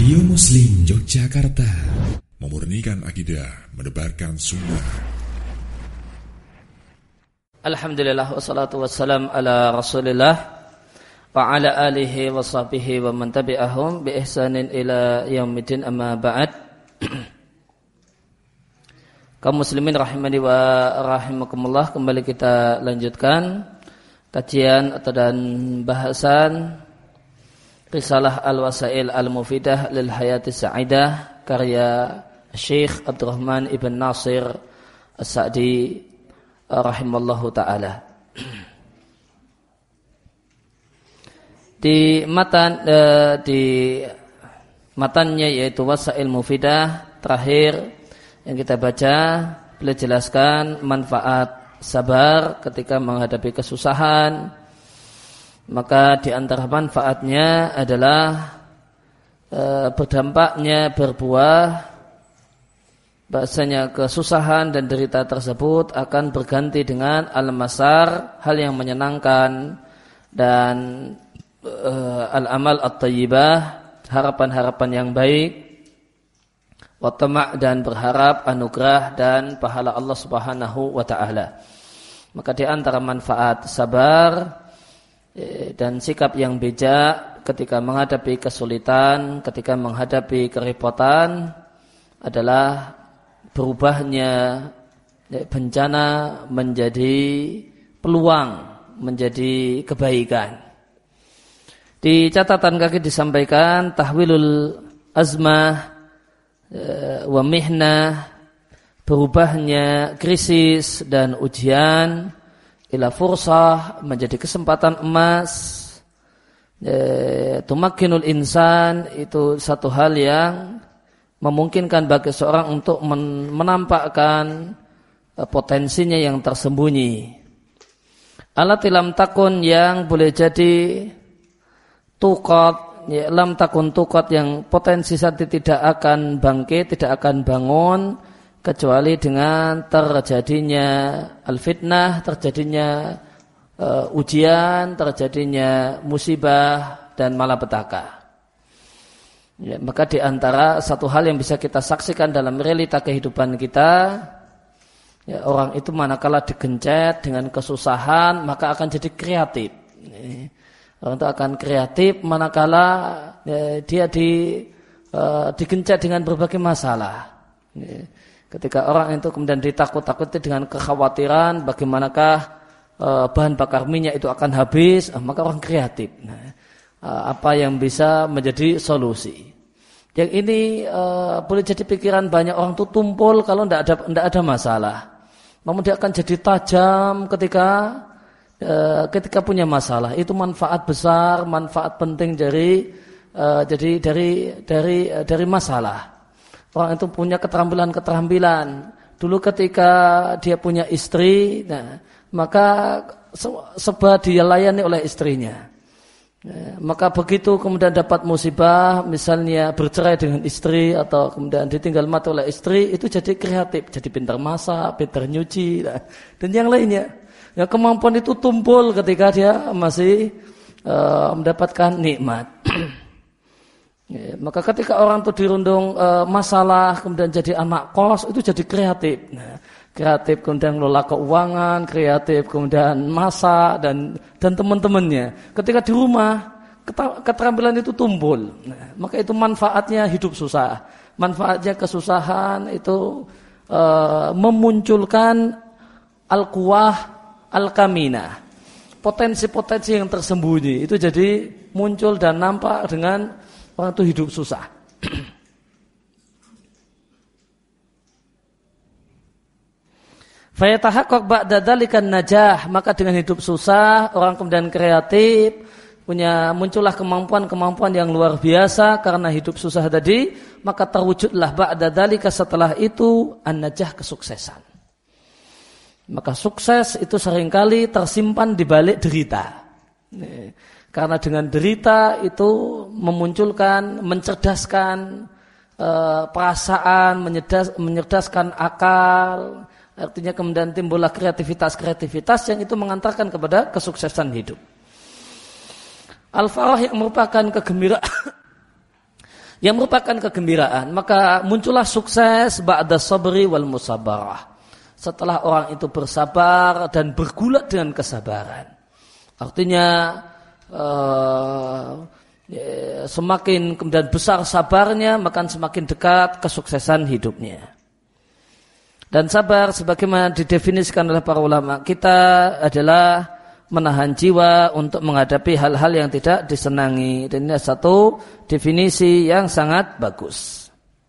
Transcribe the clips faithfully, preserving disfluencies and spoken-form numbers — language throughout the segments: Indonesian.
Radio Muslim Yogyakarta, memurnikan akidah, menebarkan sunnah. Alhamdulillah wassalatu wassalam ala Rasulillah wa ala alihi wa sahbihi wa man tabi'ahum bi ihsanin ila yaumiddin, amma ba'd. Kaum muslimin rahimani wa rahimakumullah, kembali kita lanjutkan kajian atau dan bahasan Risalah Al-Wasail Al-Mufidah lil Hayati Sa'idah karya Syekh Abdurrahman Ibn Nasir As-Sa'di rahimallahu ta'ala. Di matan eh, di matannya yaitu Wasail Mufidah terakhir yang kita baca, beliau jelaskan manfaat sabar ketika menghadapi kesusahan. Maka di antara manfaatnya adalah e, berdampaknya berbuah, bahasanya kesusahan dan derita tersebut akan berganti dengan al-masar, hal yang menyenangkan, dan e, al-amal at-tayyibah, harapan-harapan yang baik, wa tama' dan berharap anugerah dan pahala Allah Subhanahu wa taala. Maka di antara manfaat sabar dan sikap yang bijak ketika menghadapi kesulitan, ketika menghadapi kerepotan adalah berubahnya bencana menjadi peluang, menjadi kebaikan. Di catatan kaki disampaikan tahwilul azmah wa mihnah, berubahnya krisis dan ujian ila fursah, menjadi kesempatan emas. E, tumakkinul insan, itu satu hal yang memungkinkan bagi seorang untuk men- menampakkan e, potensinya yang tersembunyi. Alati lam takun, yang boleh jadi tukot, ya, lam takun tukot, yang potensi saat tidak akan bangkit, tidak akan bangun kecuali dengan terjadinya al-fitnah, terjadinya uh, ujian, terjadinya musibah dan malapetaka. Ya, maka di antara satu hal yang bisa kita saksikan dalam realita kehidupan kita, ya, orang itu manakala digencet dengan kesusahan maka akan jadi kreatif. Ya, orang itu akan kreatif manakala ya, dia di uh, digencet dengan berbagai masalah. Ya. Ketika orang itu kemudian ditakut-takuti dengan kekhawatiran bagaimanakah e, bahan bakar minyak itu akan habis, eh, maka orang kreatif. Nah, e, apa yang bisa menjadi solusi? Yang ini e, boleh jadi pikiran banyak orang itu tumpul kalau tidak ada tidak ada masalah. Namun dia akan jadi tajam ketika e, ketika punya masalah. Itu manfaat besar, manfaat penting dari e, jadi dari dari dari masalah. Orang itu punya keterampilan-keterampilan. Dulu ketika dia punya istri, nah, maka serba dia layani oleh istrinya. Nah, maka begitu kemudian dapat musibah, misalnya bercerai dengan istri atau kemudian ditinggal mati oleh istri, itu jadi kreatif, jadi pintar masak, pintar nyuci, nah, dan yang lainnya. Ya, kemampuan itu tumpul ketika dia masih uh, mendapatkan nikmat. Ya, maka ketika orang itu dirundung e, masalah kemudian jadi anak kos, itu jadi kreatif. Nah, kreatif kemudian ngelola keuangan, kreatif kemudian masak dan dan teman-temannya. Ketika di rumah keterampilan itu tumpul. Nah, maka itu manfaatnya hidup susah. Manfaatnya kesusahan itu e, memunculkan al-quwah al-kaminah. Potensi-potensi yang tersembunyi itu jadi muncul dan nampak dengan orang itu hidup susah. Fayatahaqqaq ba'da dzalikan najah, maka dengan hidup susah orang kemudian kreatif, punya muncullah kemampuan-kemampuan yang luar biasa karena hidup susah tadi, maka terwujudlah ba'da dzalika, setelah itu an-najah, kesuksesan. Maka sukses itu seringkali tersimpan di balik derita. Karena dengan derita itu memunculkan, mencerdaskan e, perasaan, menyedas, menyerdaskan akal. Artinya kemudian timbullah kreativitas-kreativitas yang itu mengantarkan kepada kesuksesan hidup. Al-farah yang merupakan kegembiraan yang merupakan kegembiraan, maka muncullah sukses ba'da sabri wal musabarah. Setelah orang itu bersabar dan bergulat dengan kesabaran. Artinya uh, ya, semakin kemudian besar sabarnya, maka semakin dekat kesuksesan hidupnya. Dan sabar sebagaimana didefinisikan oleh para ulama kita adalah menahan jiwa untuk menghadapi hal-hal yang tidak disenangi. Dan ini satu definisi yang sangat bagus.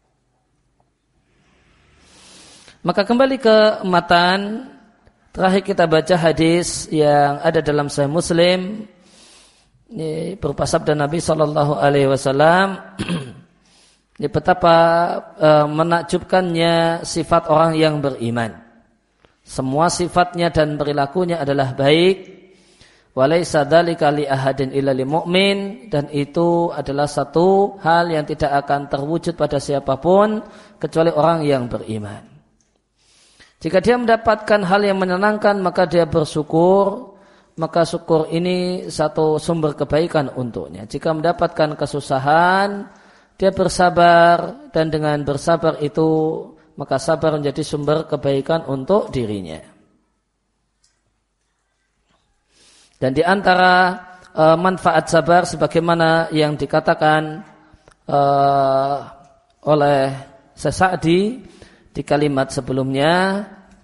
Maka kembali ke matan, terakhir kita baca hadis yang ada dalam Sahih Muslim, ini berupa sabda Nabi Shallallahu Alaihi Wasallam. Ini betapa e, menakjubkannya sifat orang yang beriman. Semua sifatnya dan perilakunya adalah baik. Walaysa dzalika li ahadin illa lil mu'min, dan itu adalah satu hal yang tidak akan terwujud pada siapapun kecuali orang yang beriman. Jika dia mendapatkan hal yang menyenangkan maka dia bersyukur, maka syukur ini satu sumber kebaikan untuknya. Jika mendapatkan kesusahan, dia bersabar, dan dengan bersabar itu maka sabar menjadi sumber kebaikan untuk dirinya. Dan di antara uh, manfaat sabar sebagaimana yang dikatakan uh, oleh Sa'di di kalimat sebelumnya,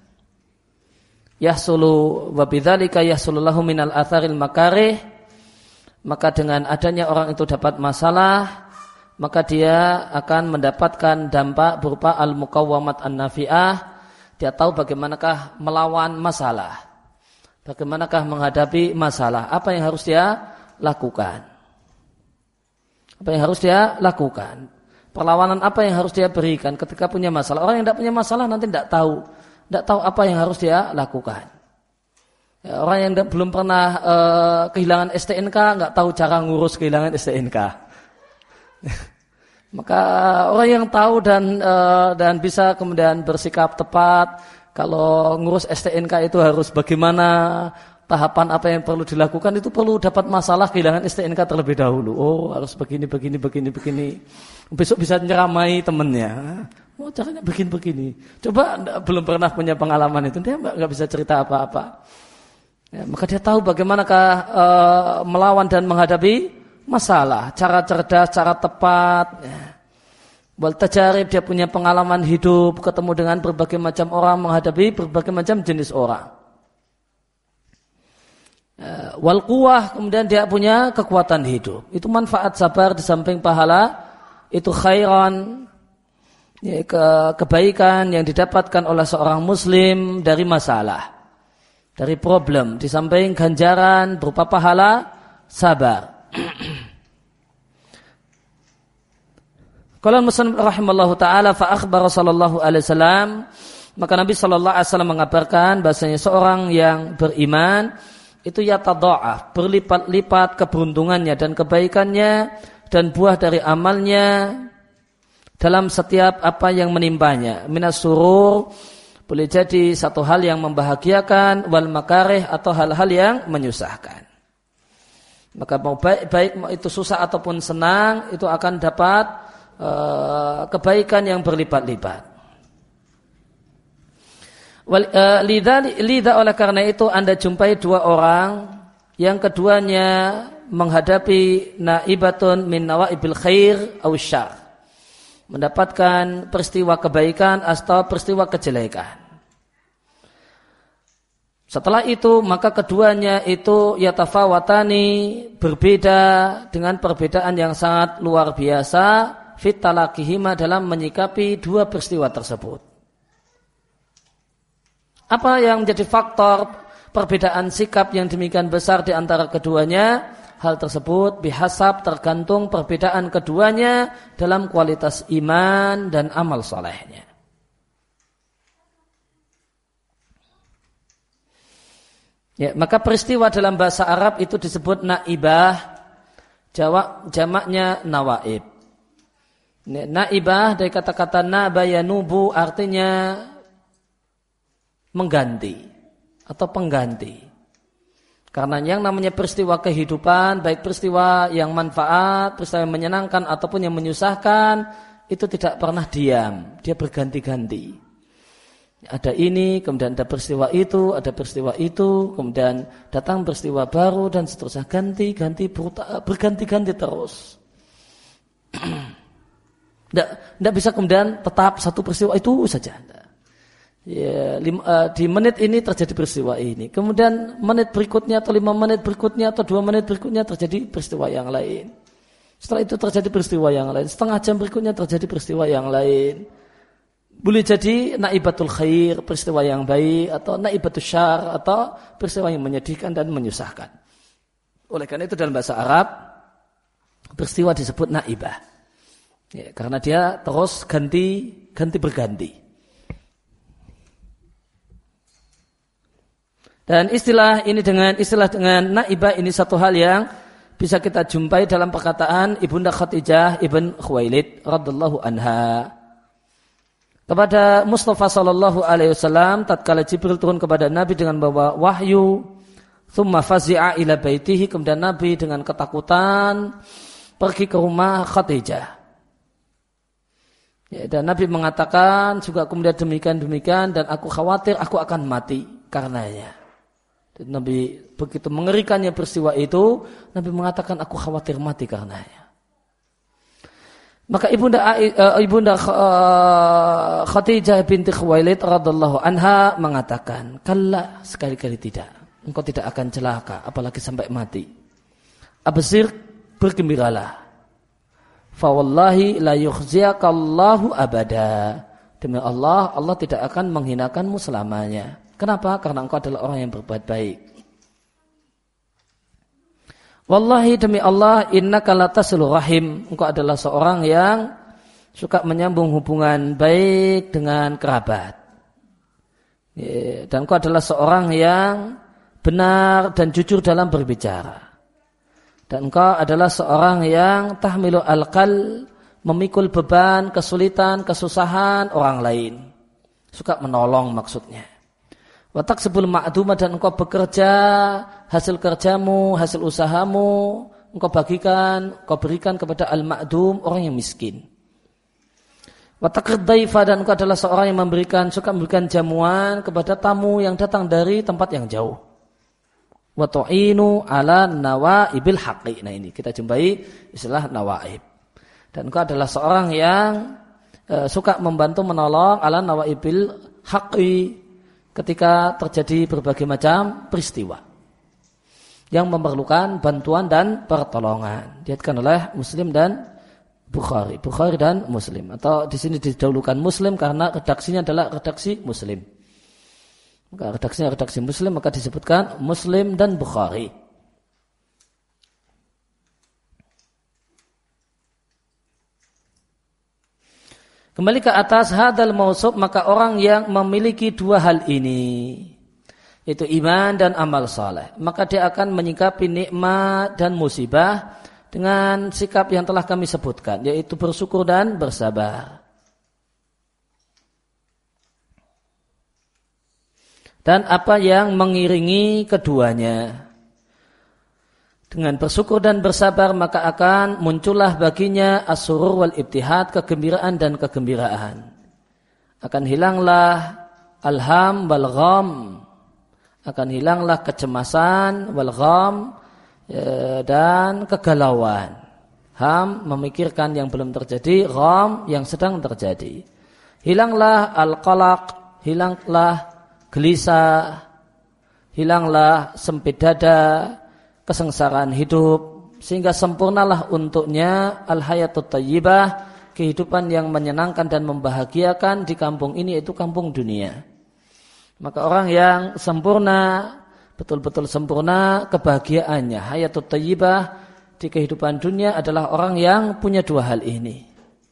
yahsulu wa bidzalika yahsulu lahu minal atharil makarih, maka dengan adanya orang itu dapat masalah, maka dia akan mendapatkan dampak berupa al-muqawwamat an-nafi'ah. Dia tahu bagaimanakah melawan masalah, bagaimanakah menghadapi masalah, apa yang harus dia lakukan. Apa yang harus dia lakukan. Perlawanan apa yang harus dia berikan ketika punya masalah. Orang yang tidak punya masalah nanti tidak tahu. Tidak tahu apa yang harus dia lakukan. Ya, orang yang belum pernah uh, kehilangan S T N K nggak tahu cara ngurus kehilangan S T N K. Maka orang yang tahu dan uh, dan bisa kemudian bersikap tepat, kalau ngurus S T N K itu harus bagaimana, tahapan apa yang perlu dilakukan, itu perlu dapat masalah kehilangan S T N K terlebih dahulu. Oh, harus begini, begini, begini, begini. Besok bisa nyeramai temannya. Oh, caranya begini-begini. Coba belum pernah punya pengalaman itu, dia nggak bisa cerita apa-apa. Ya, maka dia tahu bagaimanakah uh, melawan dan menghadapi masalah, cara cerdas, cara tepat. Ya. Wal tajarib, dia punya pengalaman hidup, ketemu dengan berbagai macam orang, menghadapi berbagai macam jenis orang. Wal quwwah, kemudian dia punya kekuatan hidup. Itu manfaat sabar di samping pahala, itu khairan, ya, ke, kebaikan yang didapatkan oleh seorang muslim dari masalah, dari problem, di samping ganjaran berupa pahala sabar. Qala Muslim rahimallahu taala fa akhbara sallallahu alaihi wasallam, maka Nabi sallallahu alaihi wasallam mengabarkan bahasanya seorang yang beriman itu yatadha'af, berlipat-lipat keberuntungannya dan kebaikannya dan buah dari amalnya dalam setiap apa yang menimpanya. Minas surur, boleh jadi satu hal yang membahagiakan, wal makarih, atau hal-hal yang menyusahkan. Maka mau baik, baik mau itu susah ataupun senang, itu akan dapat kebaikan yang berlipat-lipat. Lidha, oleh karena itu Anda jumpai dua orang, yang keduanya menghadapi naibatun min nawaibil khair aw syarr, mendapatkan peristiwa kebaikan atau peristiwa kejelekan. Setelah itu maka keduanya itu yatafawatani, berbeda dengan perbedaan yang sangat luar biasa, fit talaqihima, dalam menyikapi dua peristiwa tersebut. Apa yang menjadi faktor perbedaan sikap yang demikian besar di antara keduanya? Hal tersebut bihasab, tergantung perbedaan keduanya dalam kualitas iman dan amal salehnya. Ya, maka peristiwa dalam bahasa Arab itu disebut naibah, jawab jamaknya nawaib. Naibah dari kata-kata naba yanubu, artinya mengganti atau pengganti. Karena yang namanya peristiwa kehidupan, baik peristiwa yang manfaat, peristiwa yang menyenangkan ataupun yang menyusahkan, itu tidak pernah diam, dia berganti-ganti. Ada ini, kemudian ada peristiwa itu, ada peristiwa itu, kemudian datang peristiwa baru dan seterusnya, ganti-ganti berganti-ganti terus. Tidak bisa kemudian tetap satu peristiwa itu saja. Ya, lima, uh, di menit ini terjadi peristiwa ini, kemudian menit berikutnya atau lima menit berikutnya atau dua menit berikutnya terjadi peristiwa yang lain. Setelah itu terjadi peristiwa yang lain, setengah jam berikutnya terjadi peristiwa yang lain. Boleh jadi naibatul khair, peristiwa yang baik, atau naibatul syar, atau peristiwa yang menyedihkan dan menyusahkan. Oleh karena itu dalam bahasa Arab, peristiwa disebut naibah. Ya, karena dia terus ganti, ganti berganti. Dan istilah ini dengan istilah dengan naibah ini satu hal yang bisa kita jumpai dalam perkataan Ibunda Khadijah ibn Khuwailid radhiyallahu anha. Kepada Mustafa sallallahu alaihi wasallam tatkala Jibril turun kepada Nabi dengan membawa wahyu, thumma fazi'a ila baitihi, kemudian Nabi dengan ketakutan pergi ke rumah Khadijah. Ya, dan Nabi mengatakan juga kemudian demikian-demikian dan aku khawatir aku akan mati karenanya. Dan Nabi begitu mengerikannya peristiwa itu, Nabi mengatakan aku khawatir mati karenanya. Maka ibunda uh, ibunda uh, Khadijah binti Khuwailid radhiyallahu anha mengatakan, "Kalla, sekali-kali tidak. Engkau tidak akan celaka apalagi sampai mati. Absir, bergembiralah. Fa wallahi la yukhziyakallahu abada." Demi Allah, Allah tidak akan menghinakanmu selamanya. Kenapa? Karena engkau adalah orang yang berbuat baik. Wallahi demi Allah, innaka latasilur rahim. Engkau adalah seorang yang suka menyambung hubungan baik dengan kerabat. Dan engkau adalah seorang yang benar dan jujur dalam berbicara. Dan engkau adalah seorang yang tahmilu alqal, memikul beban, kesulitan, kesusahan orang lain. Suka menolong maksudnya. Watak sebelum ma'dumah, dan engkau bekerja, hasil kerjamu, hasil usahamu, engkau bagikan, engkau berikan kepada al-ma'dum, orang yang miskin. Watak daifa, dan engkau adalah seorang yang memberikan, suka memberikan jamuan kepada tamu yang datang dari tempat yang jauh. Wa tu'inu ala nawaibil haqqi. Nah ini kita jumpai istilah nawaib. Dan engkau adalah seorang yang e, suka membantu menolong ala nawaibil haqqi, ketika terjadi berbagai macam peristiwa yang memerlukan bantuan dan pertolongan. Diriwayatkan oleh Muslim dan Bukhari, Bukhari dan Muslim. Atau di sini didahulukan Muslim karena redaksinya adalah redaksi Muslim. Maka redaksinya redaksi Muslim, maka disebutkan Muslim dan Bukhari. Kembali ke atas hadal mausuf, maka orang yang memiliki dua hal ini, yaitu iman dan amal saleh, maka dia akan menyikapi nikmat dan musibah dengan sikap yang telah kami sebutkan, yaitu bersyukur dan bersabar. Dan apa yang mengiringi keduanya. Dengan bersyukur dan bersabar maka akan muncullah baginya as-surur wal ibtihad, kegembiraan dan kegembiraan. Akan hilanglah alham wal gham, akan hilanglah kecemasan wal gham dan kegalauan. Ham memikirkan yang belum terjadi, gham yang sedang terjadi. Hilanglah al-qalaq, hilanglah gelisah, hilanglah sempit dada, kesengsaraan hidup, sehingga sempurnalah untuknya al-hayatut thayyibah, kehidupan yang menyenangkan dan membahagiakan di kampung ini, yaitu kampung dunia. Maka orang yang sempurna, betul-betul sempurna kebahagiaannya, hayatut thayyibah di kehidupan dunia adalah orang yang punya dua hal ini.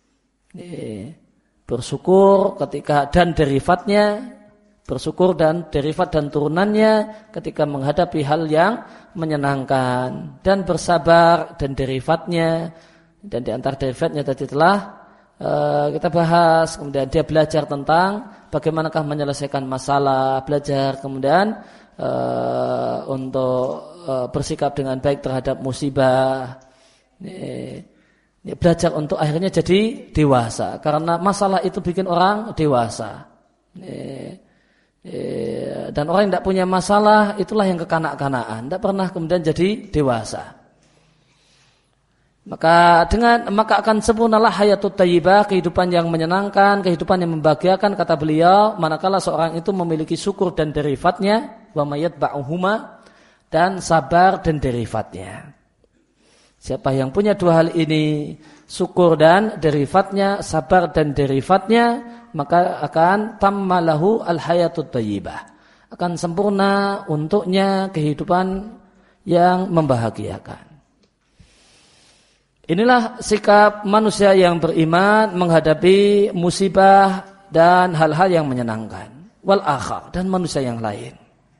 Bersyukur ketika dan derivatnya, bersyukur dan derivat dan turunannya ketika menghadapi hal yang menyenangkan, dan bersabar dan derivatnya, dan di antara derivatnya tadi telah uh, kita bahas. Kemudian dia belajar tentang bagaimanakah menyelesaikan masalah, belajar kemudian uh, untuk uh, bersikap dengan baik terhadap musibah. Ini, ini belajar untuk akhirnya jadi dewasa. Karena masalah itu bikin orang dewasa. Ini, ini, dan orang yang tidak punya masalah itulah yang kekanak-kanakan. Tidak pernah kemudian jadi dewasa. Maka dengan maka akan sempurnalah hayatut thayyibah, kehidupan yang menyenangkan, kehidupan yang membahagiakan, kata beliau, manakala seorang itu memiliki syukur dan derivatnya, wa mayatba'uhuma, dan sabar dan derivatnya. Siapa yang punya dua hal ini, syukur dan derivatnya, sabar dan derivatnya, maka akan tammalahu al-hayatut thayyibah. Akan sempurna untuknya kehidupan yang membahagiakan. Inilah sikap manusia yang beriman menghadapi musibah dan hal-hal yang menyenangkan. Wal akhar, dan manusia yang lain.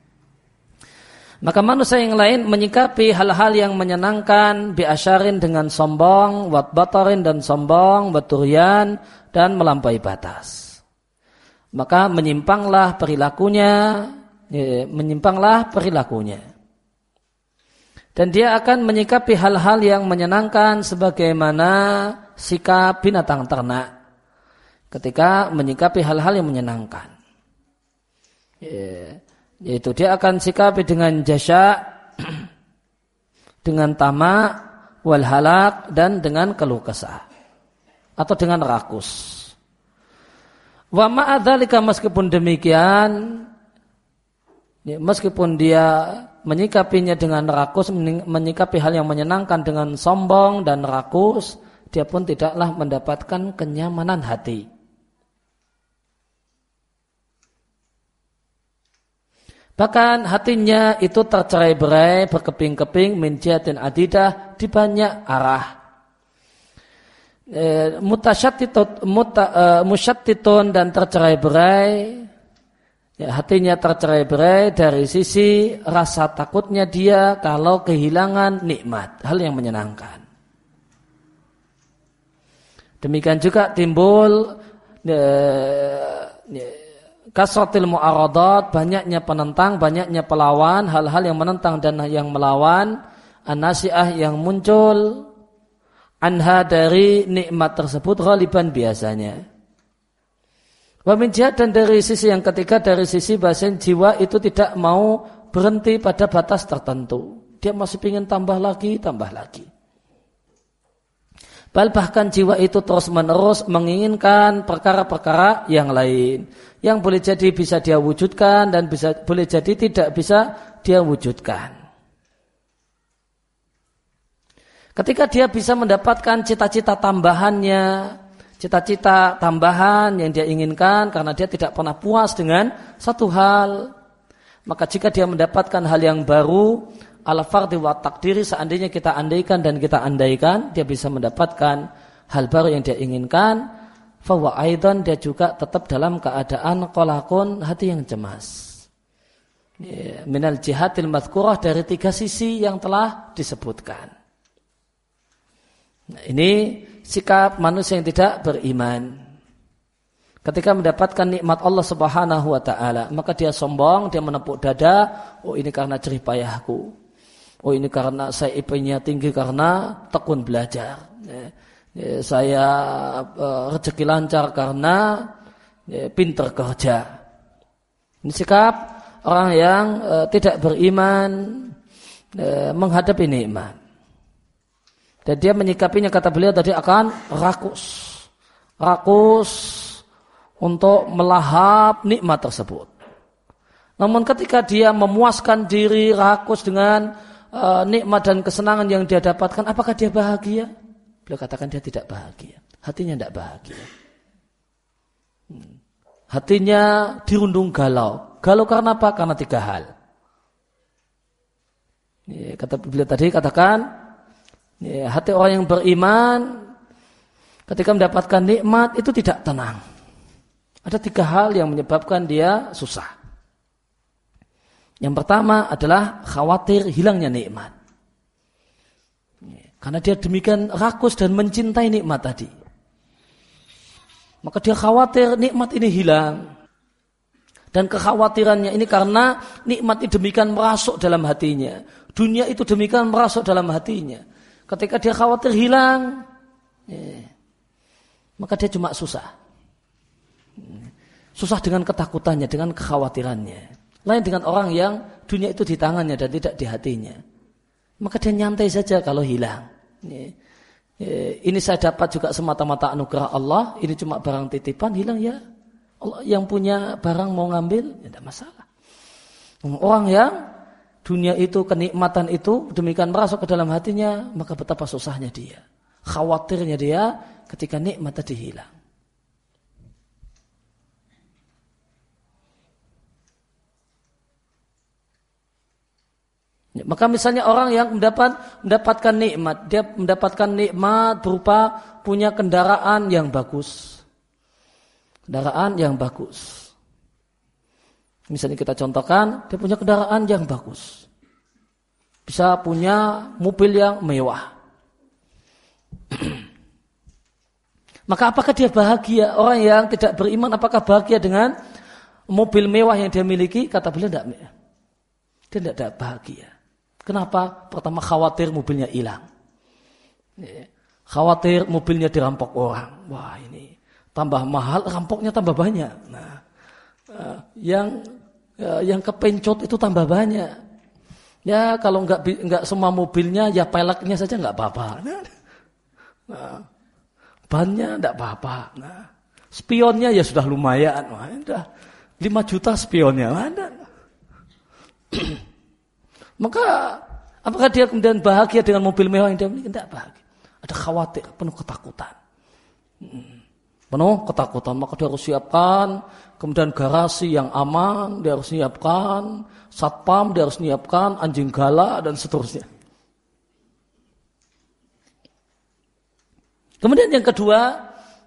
Maka manusia yang lain menyikapi hal-hal yang menyenangkan biasyarin dengan sombong, wat batarin dan sombong, baturian dan melampaui batas. Maka menyimpanglah perilakunya, ya, menyimpanglah perilakunya. Dan dia akan menyikapi hal-hal yang menyenangkan sebagaimana sikap binatang ternak ketika menyikapi hal-hal yang menyenangkan. Yaitu dia akan sikapi dengan jasya, dengan tamak, wal halak, dan dengan keluh kesah. Atau dengan rakus. Wa ma'adzalika, meskipun demikian, meskipun dia menyikapinya dengan rakus, menyikapi hal yang menyenangkan dengan sombong dan rakus, dia pun tidaklah mendapatkan kenyamanan hati. Bahkan hatinya itu tercerai-berai, berkeping-keping, min jihatin adidah, di banyak arah. E, mutasyatitun, muta, e, musyattitun dan tercerai-berai. Ya, hatinya tercerai-berai dari sisi rasa takutnya dia kalau kehilangan nikmat, hal yang menyenangkan. Demikian juga timbul eh, kasratil mu'aradat, banyaknya penentang, banyaknya pelawan, hal-hal yang menentang dan yang melawan, an-nasi'ah yang muncul anha dari nikmat tersebut ghaliban biasanya. Wa min jihad, dan dari sisi yang ketiga, dari sisi bahasan jiwa itu tidak mau berhenti pada batas tertentu. Dia masih ingin tambah lagi, tambah lagi. Bahkan jiwa itu terus menerus menginginkan perkara-perkara yang lain. Yang boleh jadi bisa dia wujudkan dan bisa boleh jadi tidak bisa dia wujudkan. Ketika dia bisa mendapatkan cita-cita tambahannya, cita-cita tambahan yang dia inginkan karena dia tidak pernah puas dengan satu hal, maka jika dia mendapatkan hal yang baru, ala fardhi wa takdiri, seandainya kita andaikan dan kita andaikan, dia bisa mendapatkan hal baru yang dia inginkan, fa wa aidan, dia juga tetap dalam keadaan qalaqun, hati yang cemas. Ya, minal jihatil madhkurah, dari tiga sisi yang telah disebutkan. Nah, ini sikap manusia yang tidak beriman. Ketika mendapatkan nikmat Allah Subhanahu wa taala, maka dia sombong, dia menepuk dada, oh ini karena jerih payahku. Oh ini karena saya I P-nya tinggi karena tekun belajar. Ya, ya, saya uh, rezeki lancar karena ya, pintar kerja. Ini sikap orang yang uh, tidak beriman uh, menghadapi nikmat. Dan dia menyikapinya, kata beliau tadi, akan rakus. Rakus untuk melahap nikmat tersebut. Namun ketika dia memuaskan diri, rakus dengan uh, nikmat dan kesenangan yang dia dapatkan, apakah dia bahagia? Beliau katakan dia tidak bahagia. Hatinya tidak bahagia. Hmm. Hatinya dirundung galau. Galau karena apa? Karena tiga hal. Ya, kata beliau tadi, katakan, ya, hati orang yang beriman ketika mendapatkan nikmat itu tidak tenang. Ada tiga hal yang menyebabkan dia susah. Yang pertama adalah khawatir hilangnya nikmat. Karena dia demikian rakus dan mencintai nikmat tadi. Maka dia khawatir nikmat ini hilang. Dan kekhawatirannya ini karena nikmat itu demikian merasuk dalam hatinya. Dunia itu demikian merasuk dalam hatinya. Ketika dia khawatir hilang, ya, maka dia cuma susah. Susah dengan ketakutannya, dengan kekhawatirannya. Lain dengan orang yang dunia itu di tangannya dan tidak di hatinya. Maka dia nyantai saja kalau hilang. Ya. Ini saya dapat juga semata-mata anugerah Allah. Ini cuma barang titipan, hilang ya. Allah yang punya barang mau ngambil, ya tidak masalah. Orang yang dunia itu, kenikmatan itu demikian merasuk ke dalam hatinya, maka betapa susahnya dia. Khawatirnya dia ketika nikmat tadi hilang. Ya, maka misalnya orang yang mendapat mendapatkan nikmat, dia mendapatkan nikmat berupa punya kendaraan yang bagus. Kendaraan yang bagus. Misalnya kita contohkan, dia punya kendaraan yang bagus. Bisa punya mobil yang mewah. Maka apakah dia bahagia? Orang yang tidak beriman apakah bahagia dengan mobil mewah yang dia miliki? Kata beliau tidak. Dia tidak bahagia. Kenapa? Pertama khawatir mobilnya hilang. Khawatir mobilnya dirampok orang. Wah ini tambah mahal, rampoknya tambah banyak. Nah, uh, yang uh, yang kepencot itu tambah banyak. Ya kalau nggak nggak semua mobilnya, ya peleknya saja nggak apa-apa. Nah, bannya nggak apa-apa. Nah, spionnya ya sudah lumayan. Wah, sudah lima juta spionnya. Ada. Maka apakah dia kemudian bahagia dengan mobil mewah yang dia miliki? Tidak bahagia. Ada khawatir, penuh ketakutan. Hmm. Penuh ketakutan, maka dia harus siapkan kemudian garasi yang aman, dia harus siapkan satpam, dia harus siapkan anjing gala dan seterusnya. Kemudian yang kedua,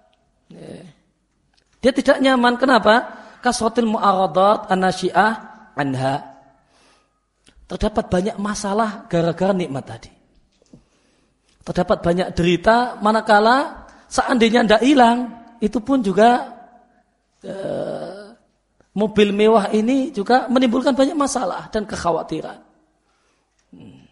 dia tidak nyaman. Kenapa? Kasratil mu'aradat an-nasyi'ah anha. Terdapat banyak masalah gara-gara nikmat tadi. Terdapat banyak derita manakala seandainya tidak hilang, itu pun juga eh, mobil mewah ini juga menimbulkan banyak masalah dan kekhawatiran. Hmm.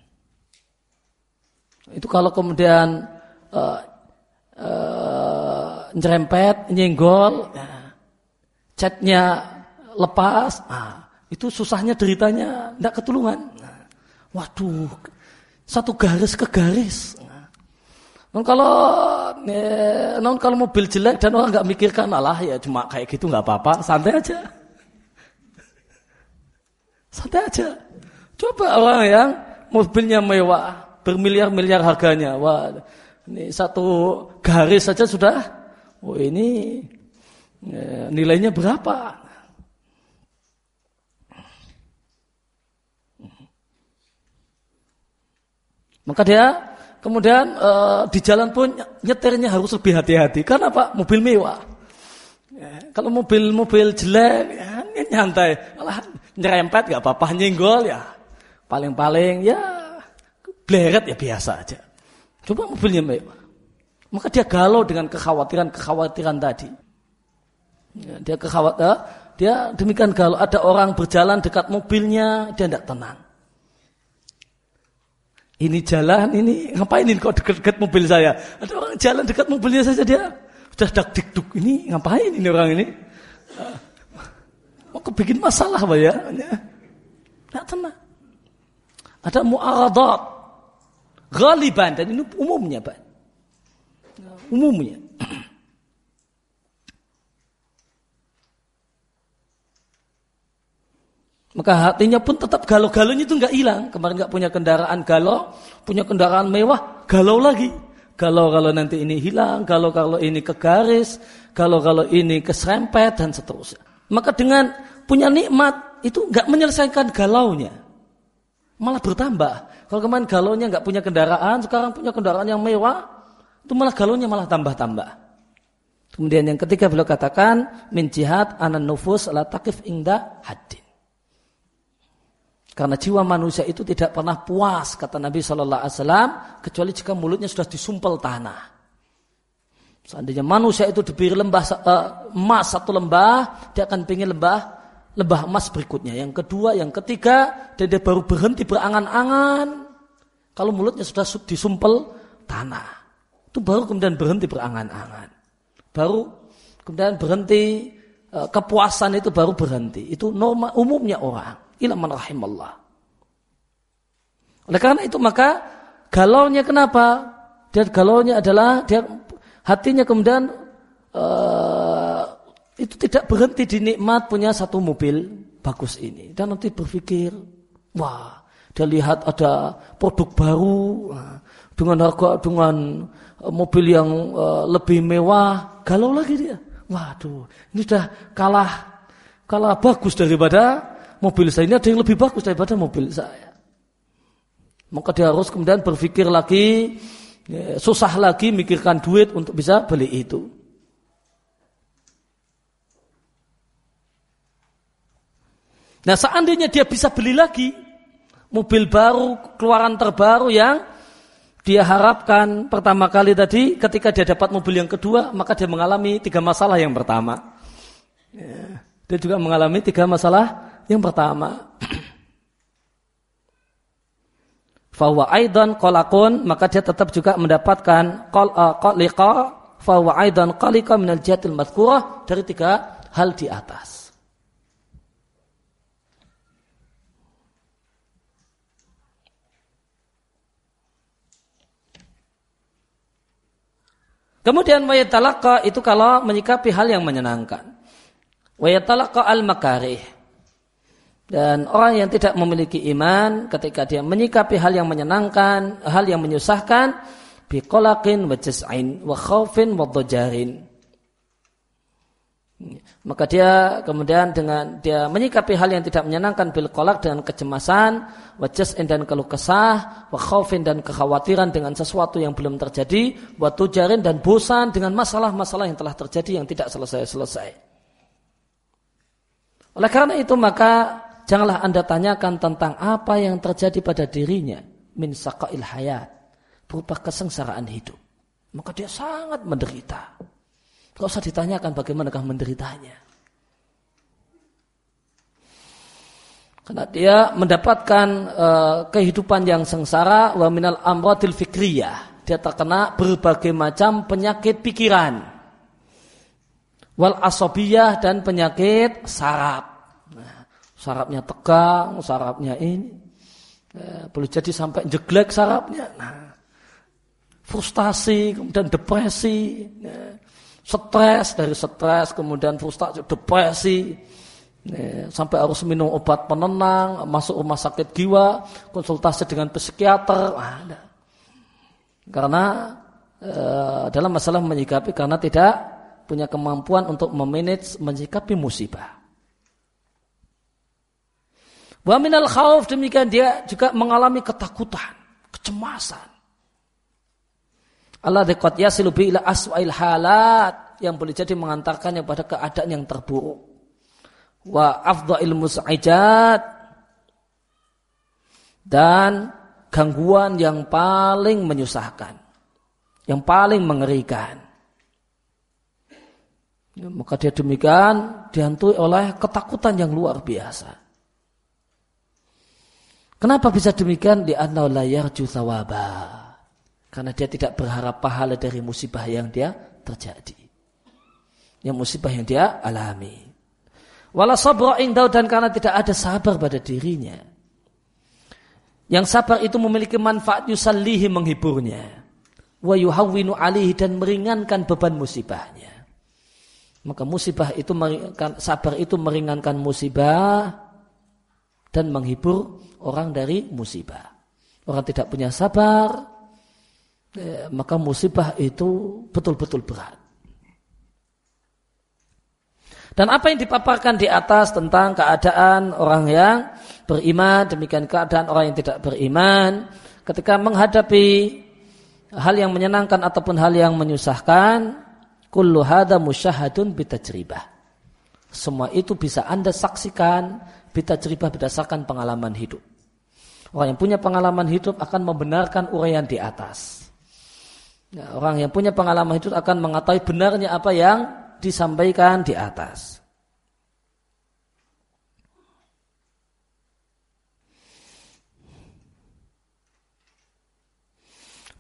Itu kalau kemudian eh, eh, nyerempet, nyenggol, nah, catnya lepas, nah, itu susahnya deritanya tidak ketulungan. Nah, waduh, satu garis ke garis. Non kalau eh, non kalau mobil jelek dan orang nggak mikirkan, alah ya cuma kayak gitu nggak apa-apa, santai aja, santai aja. Coba orang yang mobilnya mewah, bermiliar-miliar harganya, wah ini satu garis saja sudah, oh ini eh, nilainya berapa? Maka dia kemudian e, di jalan pun nyetirnya harus lebih hati-hati. Karena apa? Mobil mewah. Ya, kalau mobil-mobil jelek, ya, nyantai. Malah nyerempet gak apa-apa, nyenggol ya. Paling-paling ya bleret ya biasa aja. Coba mobilnya mewah. Maka dia galau dengan kekhawatiran-kekhawatiran tadi. Ya, dia kekhawatiran, dia demikian galau. Ada orang berjalan dekat mobilnya, dia tidak tenang. Ini jalan, ini ngapain ini kok dekat-dekat mobil saya? Ada orang jalan dekat mobilnya saja dia sudah dak-dik-duk. Ini ngapain ini orang ini? Mau kebikin masalah apa ya? Tidak tenang. Ada mu'aradat ghaliban, dan ini umumnya, Pak. Umumnya. Maka hatinya pun tetap galau-galaunya itu enggak hilang. Kemarin enggak punya kendaraan galau, punya kendaraan mewah, galau lagi. Galau kalau nanti ini hilang, galau kalau ini ke garis, galau kalau ini keserempet dan seterusnya. Maka dengan punya nikmat itu enggak menyelesaikan galaunya, malah bertambah. Kalau kemarin galaunya enggak punya kendaraan, sekarang punya kendaraan yang mewah, itu malah galaunya malah tambah-tambah. Kemudian yang ketiga beliau katakan min jihad anan nufus la taqif inda haddin. Karena jiwa manusia itu tidak pernah puas, kata Nabi shallallahu alaihi wasallam, kecuali jika mulutnya sudah disumpel tanah. Seandainya manusia itu diberi lembah emas satu lembah, dia akan ingin lembah lembah emas berikutnya, yang kedua, yang ketiga, dan dia baru berhenti berangan-angan. Kalau mulutnya sudah disumpel tanah, itu baru kemudian berhenti berangan-angan. Baru kemudian berhenti, kepuasan itu baru berhenti. Itu norma umumnya orang. Ila man rahimallah. Oleh karena itu maka galaunya kenapa? Dia galaunya adalah dia hatinya kemudian uh, itu tidak berhenti di nikmat punya satu mobil bagus ini. Dan nanti berpikir, wah, dia lihat ada produk baru dengan harga dengan mobil yang uh, lebih mewah, galau lagi dia. Waduh, ini sudah kalah kalah bagus daripada mobil saya. Ini ada yang lebih bagus daripada mobil saya. Maka dia harus kemudian berpikir lagi, ya, susah lagi mikirkan duit untuk bisa beli itu. Nah, seandainya dia bisa beli lagi mobil baru, keluaran terbaru yang dia harapkan pertama kali tadi, ketika dia dapat mobil yang kedua, maka dia mengalami tiga masalah yang pertama. Ya, dia juga mengalami tiga masalah yang pertama. Fahuwa aidan qalaqun, maka dia tetap juga mendapatkan qaliqa, fahuwa aidan qaliqa minal jihatil madhkurah, dari tiga hal di atas. Kemudian wa yatalaqa itu kalau menyikapi hal yang menyenangkan. Wa yatalaqa al-makarih. Dan orang yang tidak memiliki iman ketika dia menyikapi hal yang menyenangkan, hal yang menyusahkan, biqalaqin wa jas'in wa khaufin wa dhajarin. Maka dia kemudian dengan dia menyikapi hal yang tidak menyenangkan bil qalaq dengan kecemasan, wa jas'in dan keluh kesah, wa khaufin dan kekhawatiran dengan sesuatu yang belum terjadi, wa dhajarin dan bosan dengan masalah-masalah yang telah terjadi yang tidak selesai-selesai. Oleh karena itu maka janganlah Anda tanyakan tentang apa yang terjadi pada dirinya min saqail hayat, berupa kesengsaraan hidup. Maka dia sangat menderita. Tidak usah ditanyakan bagaimanakah menderitanya. Karena dia mendapatkan uh, kehidupan yang sengsara, wa minal amradil fikriyah. Dia terkena berbagai macam penyakit pikiran. Wal asobiyah dan penyakit saraf. Sarafnya tegang, sarafnya ini, ya, boleh jadi sampai jeglek sarafnya. Nah, frustasi, kemudian depresi, ya, stres, dari stres, kemudian frustasi, depresi, ya, sampai harus minum obat penenang, masuk rumah sakit jiwa, konsultasi dengan psikiater. Nah, karena eh, dalam masalah menyikapi, karena tidak punya kemampuan untuk memanage menyikapi musibah. Wa minal khauf, demikian dia juga mengalami ketakutan, kecemasan. Allah qad yasilu bi ila aswa'il halat, yang boleh jadi mengantarkannya pada keadaan yang terburuk. Wa afdha'il mus'ijat, dan gangguan yang paling menyusahkan, yang paling mengerikan. Ya, maka dia demikian dihantui oleh ketakutan yang luar biasa. Kenapa bisa demikian? Li'annahu la yarju thawaba. Karena dia tidak berharap pahala dari musibah yang dia terjadi. Yang musibah yang dia alami. Wala sabra indahu, dan karena tidak ada sabar pada dirinya. Yang sabar itu memiliki manfaat yusallihi, menghiburnya. Wa yuhawwinu alihi, dan meringankan beban musibahnya. Maka musibah itu sabar itu meringankan musibah dan menghibur orang dari musibah. Orang tidak punya sabar, eh, maka musibah itu betul-betul berat. Dan apa yang dipaparkan di atas tentang keadaan orang yang beriman, demikian keadaan orang yang tidak beriman, ketika menghadapi hal yang menyenangkan ataupun hal yang menyusahkan, kullu hadza musyahadun bitajribah. Semua itu bisa Anda saksikan bitajribah, berdasarkan pengalaman hidup. Orang yang punya pengalaman hidup akan membenarkan uraian di atas. Ya, orang yang punya pengalaman hidup akan mengetahui benarnya apa yang disampaikan di atas.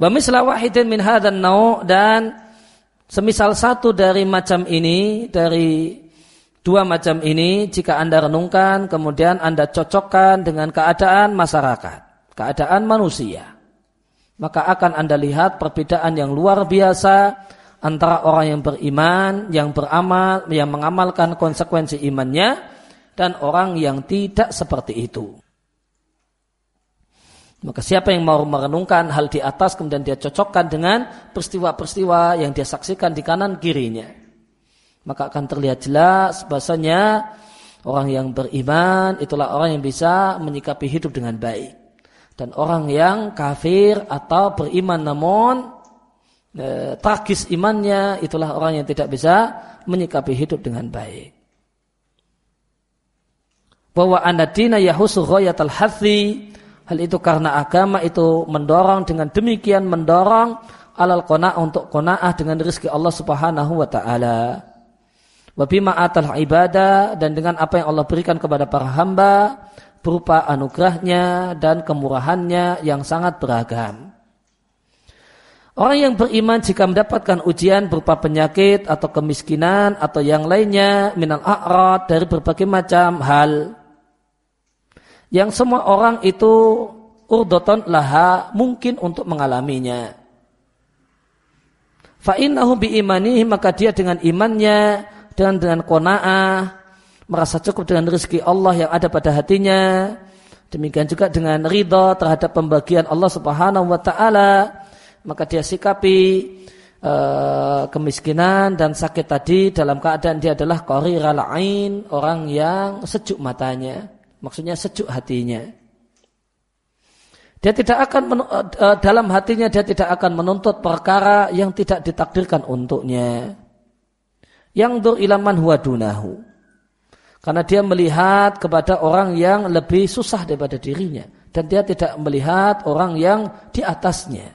Wa misla wahidin min hadzal nau', dan semisal satu dari macam ini, dari dua macam ini, jika Anda renungkan kemudian Anda cocokkan dengan keadaan masyarakat, keadaan manusia, maka akan Anda lihat perbedaan yang luar biasa antara orang yang beriman, yang beramal, yang mengamalkan konsekuensi imannya, dan orang yang tidak seperti itu. Maka siapa yang mau merenungkan hal di atas kemudian dia cocokkan dengan peristiwa-peristiwa yang dia saksikan di kanan kirinya, maka akan terlihat jelas bahasanya orang yang beriman itulah orang yang bisa menyikapi hidup dengan baik, dan orang yang kafir atau beriman namun eh, tragis imannya itulah orang yang tidak bisa menyikapi hidup dengan baik. Bahwa anadina yahusu ghayatal hathi, hal itu karena agama itu mendorong dengan demikian mendorong alal qanaah, untuk qanaah dengan rezeki Allah Subhanahu wa taala. Wa bima atal ibadah, dan dengan apa yang Allah berikan kepada para hamba berupa anugerahnya dan kemurahannya yang sangat beragam. Orang yang beriman jika mendapatkan ujian berupa penyakit atau kemiskinan atau yang lainnya minal a'rad, dari berbagai macam hal yang semua orang itu urdoton laha, mungkin untuk mengalaminya. Fa innahu bi imanihi, maka dia dengan imannya, dengan dengan qanaah, merasa cukup dengan rezeki Allah yang ada pada hatinya, demikian juga dengan ridha terhadap pembagian Allah Subhanahu wa taala, maka dia sikapi uh, kemiskinan dan sakit tadi dalam keadaan dia adalah qariral ain, orang yang sejuk matanya. Maksudnya sejuk hatinya. Dia tidak akan men, uh, dalam hatinya dia tidak akan menuntut perkara yang tidak ditakdirkan untuknya. Yang dur ilaman huwa dunahu. Karena dia melihat kepada orang yang lebih susah daripada dirinya, dan dia tidak melihat orang yang di atasnya.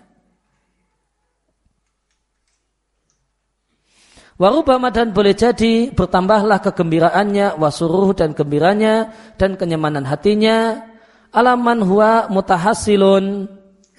Warubama, dan boleh jadi bertambahlah kegembiraannya, wasuruh, dan gembiranya dan kenyamanan hatinya, alaman huwa mutahassilun,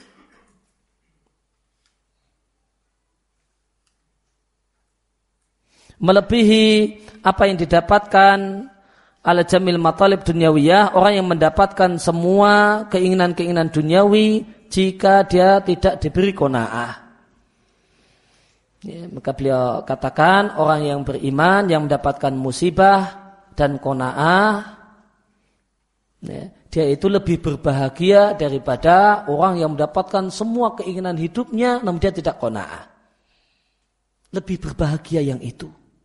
melebihi apa yang didapatkan ala jamil matalib dunyawiyah, orang yang mendapatkan semua keinginan-keinginan duniawi jika dia tidak diberi qanaah. Ya, maka beliau katakan orang yang beriman yang mendapatkan musibah dan qanaah, ya, dia itu lebih berbahagia daripada orang yang mendapatkan semua keinginan hidupnya namun dia tidak qanaah. Lebih berbahagia yang itu.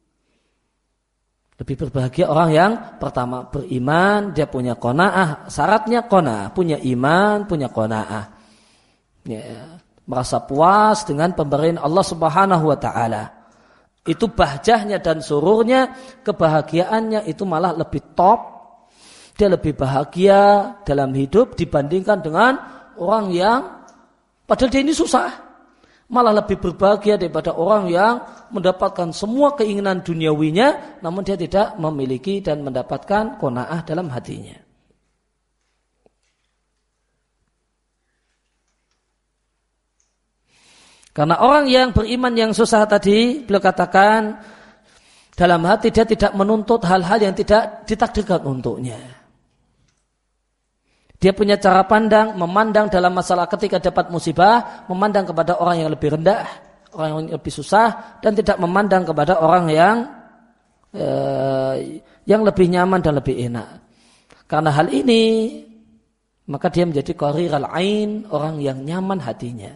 Lebih berbahagia orang yang pertama beriman, dia punya qanaah, syaratnya qanaah, punya iman, punya qanaah. Ya, merasa puas dengan pemberian Allah Subhanahu wa taala. Itu bahjahnya dan sururnya, kebahagiaannya itu malah lebih top. Dia lebih bahagia dalam hidup dibandingkan dengan orang yang padahal dia ini susah. Malah lebih berbahagia daripada orang yang mendapatkan semua keinginan duniawinya namun dia tidak memiliki dan mendapatkan qanaah dalam hatinya. Karena orang yang beriman yang susah tadi, beliau katakan dalam hati dia tidak menuntut hal-hal yang tidak ditakdirkan untuknya. Dia punya cara pandang, memandang dalam masalah ketika dapat musibah, memandang kepada orang yang lebih rendah, orang yang lebih susah, dan tidak memandang kepada orang yang eh, yang lebih nyaman dan lebih enak. Karena hal ini, maka dia menjadi qariral ain, orang yang nyaman hatinya.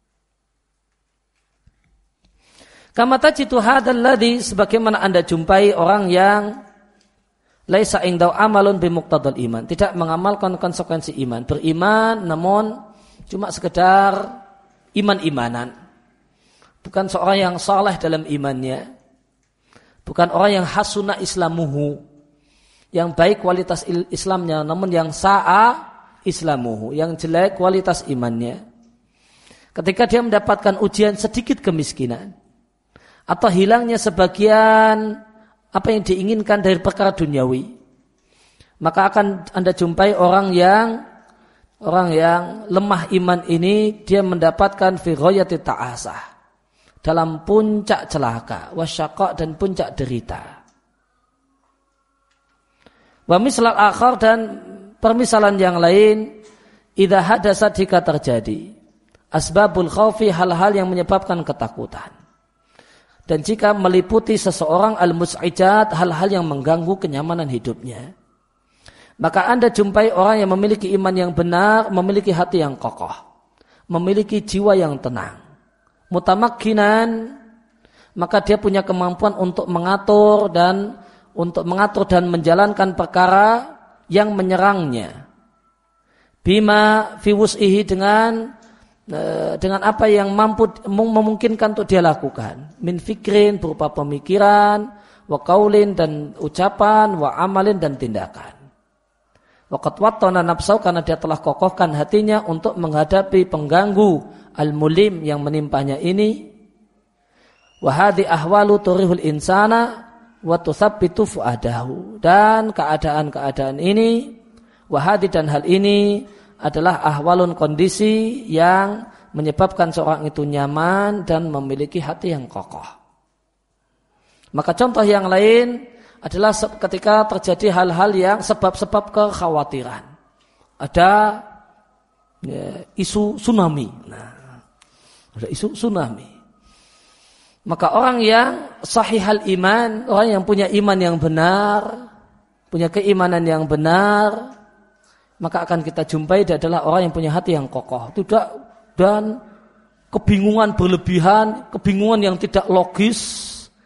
Kama tajidu hadzal ladzi, sebagaimana Anda jumpai orang yang laisa indau amalun bimuqtadal iman, tidak mengamalkan konsekuensi iman, beriman namun cuma sekedar iman-imanan. Bukan seorang yang saleh dalam imannya. Bukan orang yang hasuna islamuhu, yang baik kualitas Islamnya namun yang sa'a islamuhu, yang jelek kualitas imannya. Ketika dia mendapatkan ujian sedikit kemiskinan atau hilangnya sebagian apa yang diinginkan dari perkara duniawi, maka akan Anda jumpai orang yang Orang yang lemah iman ini dia mendapatkan fi ghayati ta'asah, dalam puncak celaka, wasyaqa dan puncak derita. Wa mislal akhar dan permisalan yang lain, idza hadasat jika terjadi asbabul khaufi, hal-hal yang menyebabkan ketakutan. Dan jika meliputi seseorang al-mus'ijat, hal-hal yang mengganggu kenyamanan hidupnya. Maka Anda jumpai orang yang memiliki iman yang benar, memiliki hati yang kokoh, memiliki jiwa yang tenang, mutamakkinan, maka dia punya kemampuan untuk mengatur dan untuk mengatur dan menjalankan perkara yang menyerangnya. Bima fi wus'ihi, dengan dengan apa yang mampu memungkinkan untuk dia lakukan. Min fikrin, berupa pemikiran, wa qaulin dan ucapan, wa amalin dan tindakan. Waqad wattana nafsahu, karena dia telah kokohkan hatinya untuk menghadapi pengganggu al-mulim yang menimpanya ini. Wa hadhi ahwalu turihul insana wa tuthabbitu fuadahu, dan keadaan-keadaan ini, wa hadhi dan hal ini adalah ahwalun, kondisi yang menyebabkan seorang itu nyaman dan memiliki hati yang kokoh. Maka contoh yang lain adalah ketika terjadi hal-hal yang sebab-sebab kekhawatiran. Ada ya, isu tsunami. Nah, ada isu tsunami. Maka orang yang sahihal iman, orang yang punya iman yang benar, punya keimanan yang benar, maka akan kita jumpai dia adalah orang yang punya hati yang kokoh. Tidak, dan kebingungan berlebihan, kebingungan yang tidak logis.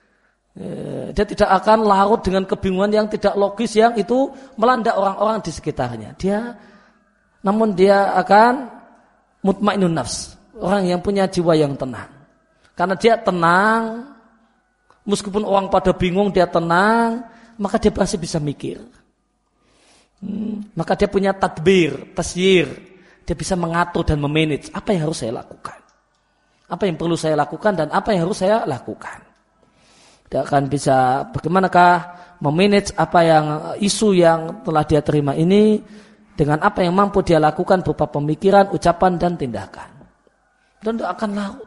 Dia tidak akan larut dengan kebingungan yang tidak logis yang itu melanda orang-orang di sekitarnya. Dia, namun dia akan mutmainnun nafs, orang yang punya jiwa yang tenang. Karena dia tenang, meskipun orang pada bingung dia tenang, maka dia masih bisa mikir. Hmm, maka dia punya tadbir, tasyir. Dia bisa mengatur dan memanage apa yang harus saya lakukan, apa yang perlu saya lakukan dan apa yang harus saya lakukan. Dia akan bisa bagaimanakah memanage apa yang isu yang telah dia terima ini dengan apa yang mampu dia lakukan berupa pemikiran, ucapan dan tindakan. Dan dia akan larut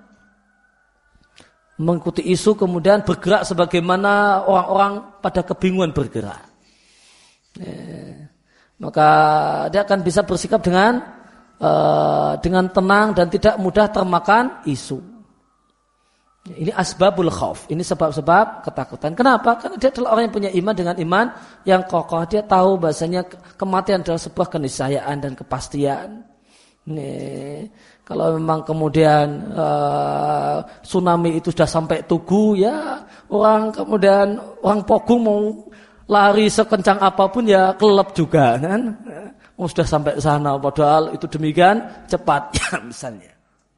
mengikuti isu, kemudian bergerak sebagaimana orang-orang pada kebingungan bergerak. Ya. Maka dia akan bisa bersikap dengan uh, dengan tenang dan tidak mudah termakan isu. Ini asbabul khauf, ini sebab-sebab ketakutan. Kenapa? Karena dia adalah orang yang punya iman dengan iman yang kokoh. Dia tahu bahasanya kematian adalah sebuah keniscayaan dan kepastian. Nih, kalau memang kemudian uh, tsunami itu sudah sampai Tugu, ya orang kemudian orang Pogung mau lari sekencang apapun ya kelelep juga kan. Mau sudah sampai sana, padahal itu demikian cepat ya misalnya.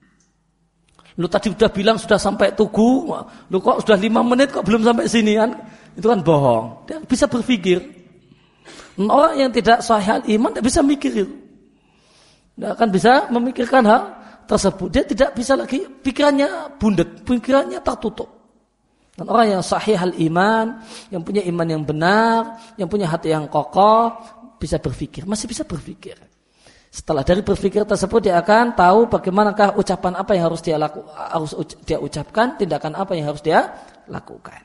Lu tadi udah bilang sudah sampai Tugu, lu kok sudah lima menit kok belum sampai sini kan? Itu kan bohong. Dia bisa berpikir. Orang yang tidak sahih iman tidak bisa mikir itu. Dia akan bisa memikirkan hal tersebut. Dia tidak bisa lagi, pikirannya bundet, pikirannya tertutup. Dan orang yang sahih iman, yang punya iman yang benar, yang punya hati yang kokoh, bisa berpikir, masih bisa berpikir. Setelah dari berpikir tersebut dia akan tahu bagaimanakah ucapan apa yang harus dia laku, harus dia ucapkan, tindakan apa yang harus dia lakukan.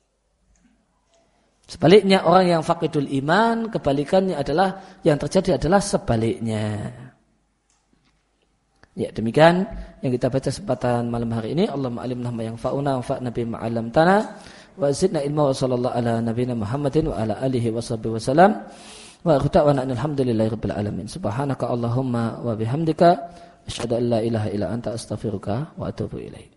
Sebaliknya orang yang faqidul iman, kebalikannya adalah yang terjadi adalah sebaliknya. Ya, demikian yang kita baca kesempatan malam hari ini. Allahumma alimna ma yanfa'una wanfa'na bima 'allamtana wa zidna ilma wa sallallahu ala nabiyyina Muhammadin wa ala alihi wa sahbihi wasallam. Wa khutbana alhamdulillahirabbil alamin. Subhanaka Allahumma wa bihamdika asyhadu an la ilaha illa anta astaghfiruka wa atubu ilaik.